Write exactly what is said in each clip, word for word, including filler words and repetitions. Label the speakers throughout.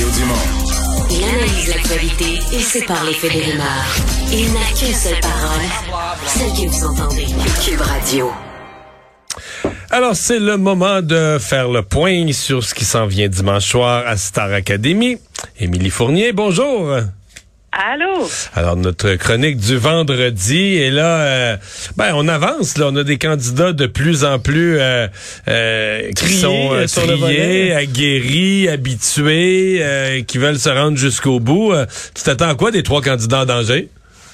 Speaker 1: Mario Dumont.
Speaker 2: Il analyse l'actualité et sépare les faits des rumeurs. Il n'a qu'une seule parole, celle que vous entendez. Cube Radio.
Speaker 3: Alors, c'est le moment de faire le point sur ce qui s'en vient dimanche soir à Star Academy. Émilie Fournier, bonjour.
Speaker 4: Allô?
Speaker 3: Alors, notre chronique du vendredi, et là, euh, ben, on avance, là. On a des candidats de plus en plus euh, euh, qui
Speaker 5: Triés,
Speaker 3: sont euh,
Speaker 5: sur le
Speaker 3: triés,
Speaker 5: volet.
Speaker 3: aguerris, habitués, euh, qui veulent se rendre jusqu'au bout. Euh, tu t'attends à quoi des trois candidats en danger?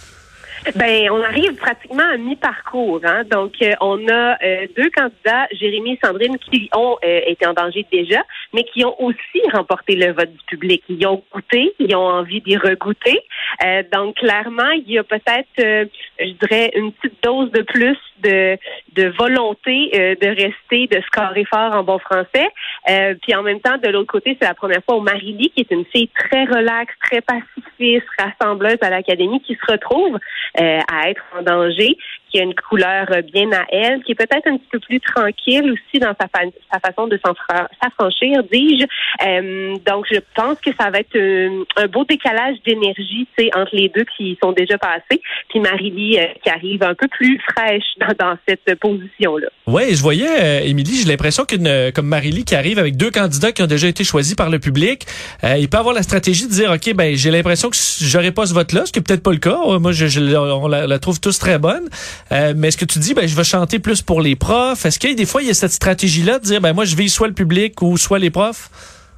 Speaker 4: Ben, on arrive pratiquement à mi-parcours, hein. Donc, euh, on a euh, deux candidats, Jérémy et Sandrine, qui ont euh, été en danger déjà, mais qui ont aussi remporté le vote du public. Ils ont goûté, ils ont envie d'y regoûter. Euh, donc, clairement, il y a peut-être, euh, je dirais, une petite dose de plus de, de volonté euh, de rester, de scorer fort en bon français. Euh, puis en même temps, de l'autre côté, c'est la première fois où Marie-Lie, qui est une fille très relaxe, très pacifiste, rassembleuse à l'Académie, qui se retrouve euh, à être en danger, qui a une couleur bien à elle, qui est peut-être un petit peu plus tranquille aussi dans sa, fa- sa façon de s'enfra- s'affranchir, dis-je. Euh, donc, je pense que ça va être un, un beau décalage d'énergie, tu sais, entre les deux qui sont déjà passés, puis Marie-Lie euh, qui arrive un peu plus fraîche dans, dans cette position-là.
Speaker 5: Oui, je voyais, euh, Émilie, j'ai l'impression qu'une comme Marie-Lie qui arrive avec deux candidats qui ont déjà été choisis par le public, euh, il peut avoir la stratégie de dire, OK, ben j'ai l'impression que j'aurai pas ce vote-là, ce qui est peut-être pas le cas. Moi, je, je on la, la trouve tous très bonne. Euh, mais est-ce que tu dis, ben je vais chanter plus pour les profs? Est-ce qu'il y a des fois, il y a cette stratégie-là de dire, ben moi, je vise soit le public ou soit les profs?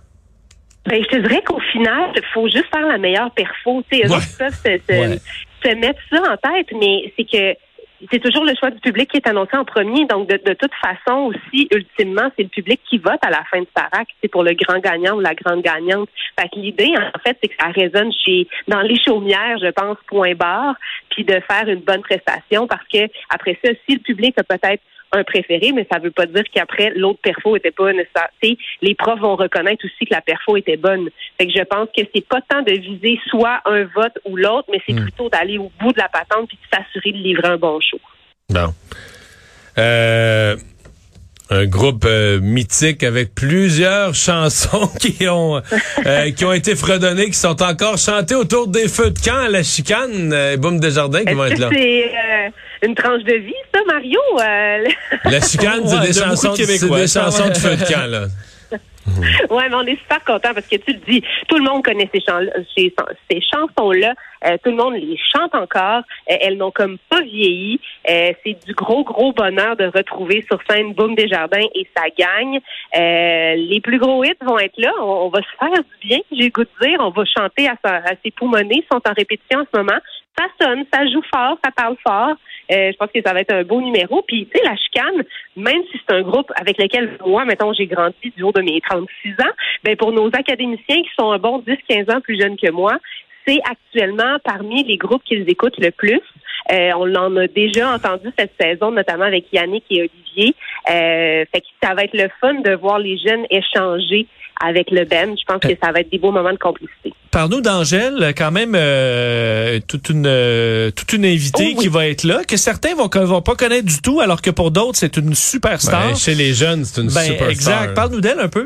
Speaker 4: Ben, je te dirais qu'au final, il faut juste faire la meilleure perfo. Tu sais, eux
Speaker 5: Ouais.
Speaker 4: autres peuvent se, se,
Speaker 5: Ouais.
Speaker 4: se mettre ça en tête, mais c'est que c'est toujours le choix du public qui est annoncé en premier. Donc, de, de toute façon, aussi, ultimement, c'est le public qui vote à la fin de Starac. C'est pour le grand gagnant ou la grande gagnante. Fait que l'idée, en fait, c'est que ça résonne chez dans les chaumières, je pense, point barre, puis de faire une bonne prestation parce que après ça, si le public a peut-être un préféré, mais ça veut pas dire qu'après, l'autre perfo était pas nécessaire. Tu sais, les profs vont reconnaître aussi que la perfo était bonne. Fait que je pense que c'est pas tant de viser soit un vote ou l'autre, mais c'est
Speaker 3: Mm.
Speaker 4: plutôt d'aller au bout de la patente puis de s'assurer de livrer un bon show.
Speaker 3: Bon. Euh, un groupe euh, mythique avec plusieurs chansons qui ont euh, qui ont été fredonnées, qui sont encore chantées autour des feux de camp à la chicane. Euh, Boum Desjardins qui
Speaker 4: Est-ce
Speaker 3: vont être
Speaker 4: que
Speaker 3: là.
Speaker 4: c'est euh, une tranche de vie, ça, Mario? Euh,
Speaker 3: La chicane, c'est
Speaker 5: Ouais,
Speaker 3: des
Speaker 5: de beaucoup
Speaker 3: chansons,
Speaker 5: de
Speaker 3: c'est
Speaker 5: Québécois,
Speaker 3: des
Speaker 5: ça,
Speaker 3: chansons
Speaker 5: ouais.
Speaker 3: de feux de camp, là.
Speaker 4: Ouais, mais on est super contents parce que tu le dis, tout le monde connaît ces, chans- ces, ces chansons-là, euh, tout le monde les chante encore, euh, elles n'ont comme pas vieilli, euh, c'est du gros, gros bonheur de retrouver sur scène Boum Desjardins et ça gagne. Euh, les plus gros hits vont être là, on, on va se faire du bien, j'ai le goût de dire, on va chanter à, sa, à ses poumonnés, sont en répétition en ce moment. Ça sonne, ça joue fort, ça parle fort. Euh, je pense que ça va être un beau numéro. Puis, tu sais, la chicane, même si c'est un groupe avec lequel moi, mettons, j'ai grandi du haut de mes trente-six ans, ben pour nos académiciens qui sont un bon dix quinze ans plus jeunes que moi, c'est actuellement parmi les groupes qu'ils écoutent le plus. Euh, on en a déjà entendu cette saison, notamment avec Yannick et Olivier. Euh, fait que ça va être le fun de voir les jeunes échanger avec le band. Je pense que ça va être des beaux moments de complicité.
Speaker 5: Parle-nous d'Angèle, quand même euh, toute une euh, toute une invitée
Speaker 4: Oh oui.
Speaker 5: qui va être là, que certains vont vont pas connaître du tout, alors que pour d'autres c'est une superstar.
Speaker 3: Ben, chez les jeunes, c'est une
Speaker 5: Ben,
Speaker 3: superstar.
Speaker 5: exact. Parle-nous d'elle un peu.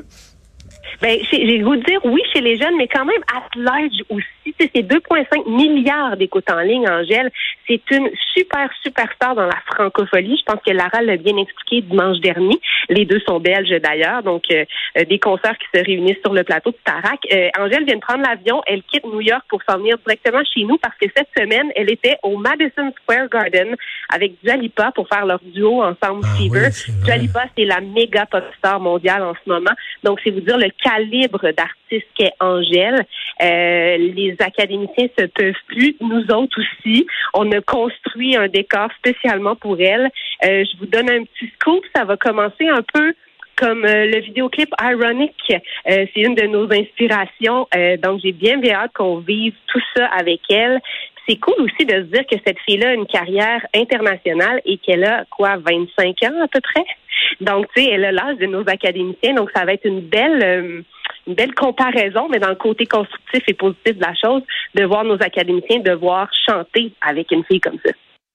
Speaker 4: Ben, chez- j'ai le goût de dire oui chez les jeunes, mais quand même at large aussi. Tu sais, c'est deux virgule cinq milliards d'écoutes en ligne, Angèle. C'est une super, super star dans la francophonie. Je pense que Lara l'a bien expliqué dimanche dernier. Les deux sont belges d'ailleurs, donc euh, euh, des concerts qui se réunissent sur le plateau de Starac. Euh, Angèle vient de prendre l'avion. Elle quitte New York pour s'en venir directement chez nous parce que cette semaine, elle était au Madison Square Garden avec Dua Lipa pour faire leur duo ensemble,
Speaker 3: Ah
Speaker 4: Fever.
Speaker 3: oui, c'est vrai.
Speaker 4: Dua Lipa, c'est la méga pop star mondiale en ce moment. Donc, c'est vous dire le calibre d'artiste qu'est Angèle. Euh, les académiciens se peuvent plus. Nous autres aussi. On a construit un décor spécialement pour elle. Euh, je vous donne un petit scoop. Ça va commencer un peu comme euh, le vidéoclip Ironic. Euh, c'est une de nos inspirations. Euh, donc, j'ai bien, bien hâte qu'on vive tout ça avec elle. C'est cool aussi de se dire que cette fille-là a une carrière internationale et qu'elle a, quoi, vingt-cinq ans à peu près. Donc, tu sais, elle a l'âge de nos académiciens. Donc, ça va être une belle... Euh, une belle comparaison, mais dans le côté constructif et positif de la chose, de voir nos académiciens devoir chanter avec une fille comme ça.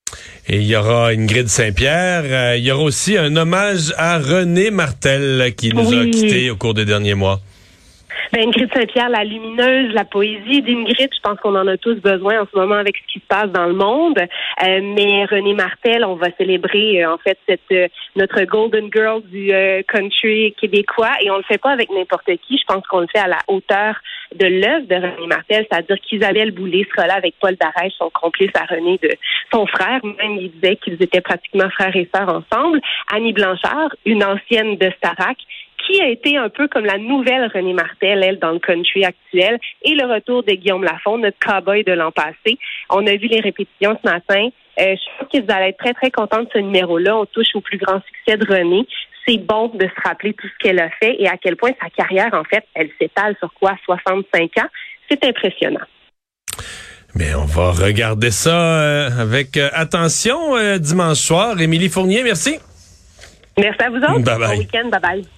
Speaker 3: Et il y aura Ingrid Saint-Pierre. Euh, il y aura aussi un hommage à René Martel qui nous
Speaker 4: Oui.
Speaker 3: a quittés au cours des derniers mois.
Speaker 4: Ben, Ingrid Saint-Pierre, la lumineuse, la poésie d'Ingrid, je pense qu'on en a tous besoin en ce moment avec ce qui se passe dans le monde. Euh, mais René Martel, on va célébrer euh, en fait cette euh, notre Golden Girl du euh, country québécois et on le fait pas avec n'importe qui. Je pense qu'on le fait à la hauteur de l'œuvre de René Martel, c'est-à-dire qu'Isabelle Boulay sera là avec Paul Darèche, son complice à René, de son frère. Même, il disait qu'ils étaient pratiquement frères et sœurs ensemble. Annie Blanchard, une ancienne de Starac, qui a été un peu comme la nouvelle René Martel, elle, dans le country actuel, et le retour de Guillaume Lafond, notre cow-boy de l'an passé. On a vu les répétitions ce matin. Euh, je pense que vous allez être très, très contents de ce numéro-là. On touche au plus grand succès de René. C'est bon de se rappeler tout ce qu'elle a fait et à quel point sa carrière, en fait, elle s'étale sur quoi, soixante-cinq ans. C'est impressionnant.
Speaker 3: Mais on va regarder ça euh, avec euh, attention euh, dimanche soir. Émilie Fournier, merci.
Speaker 4: Merci à vous autres.
Speaker 3: Bye bye.
Speaker 4: Bon week-end. Bye bye.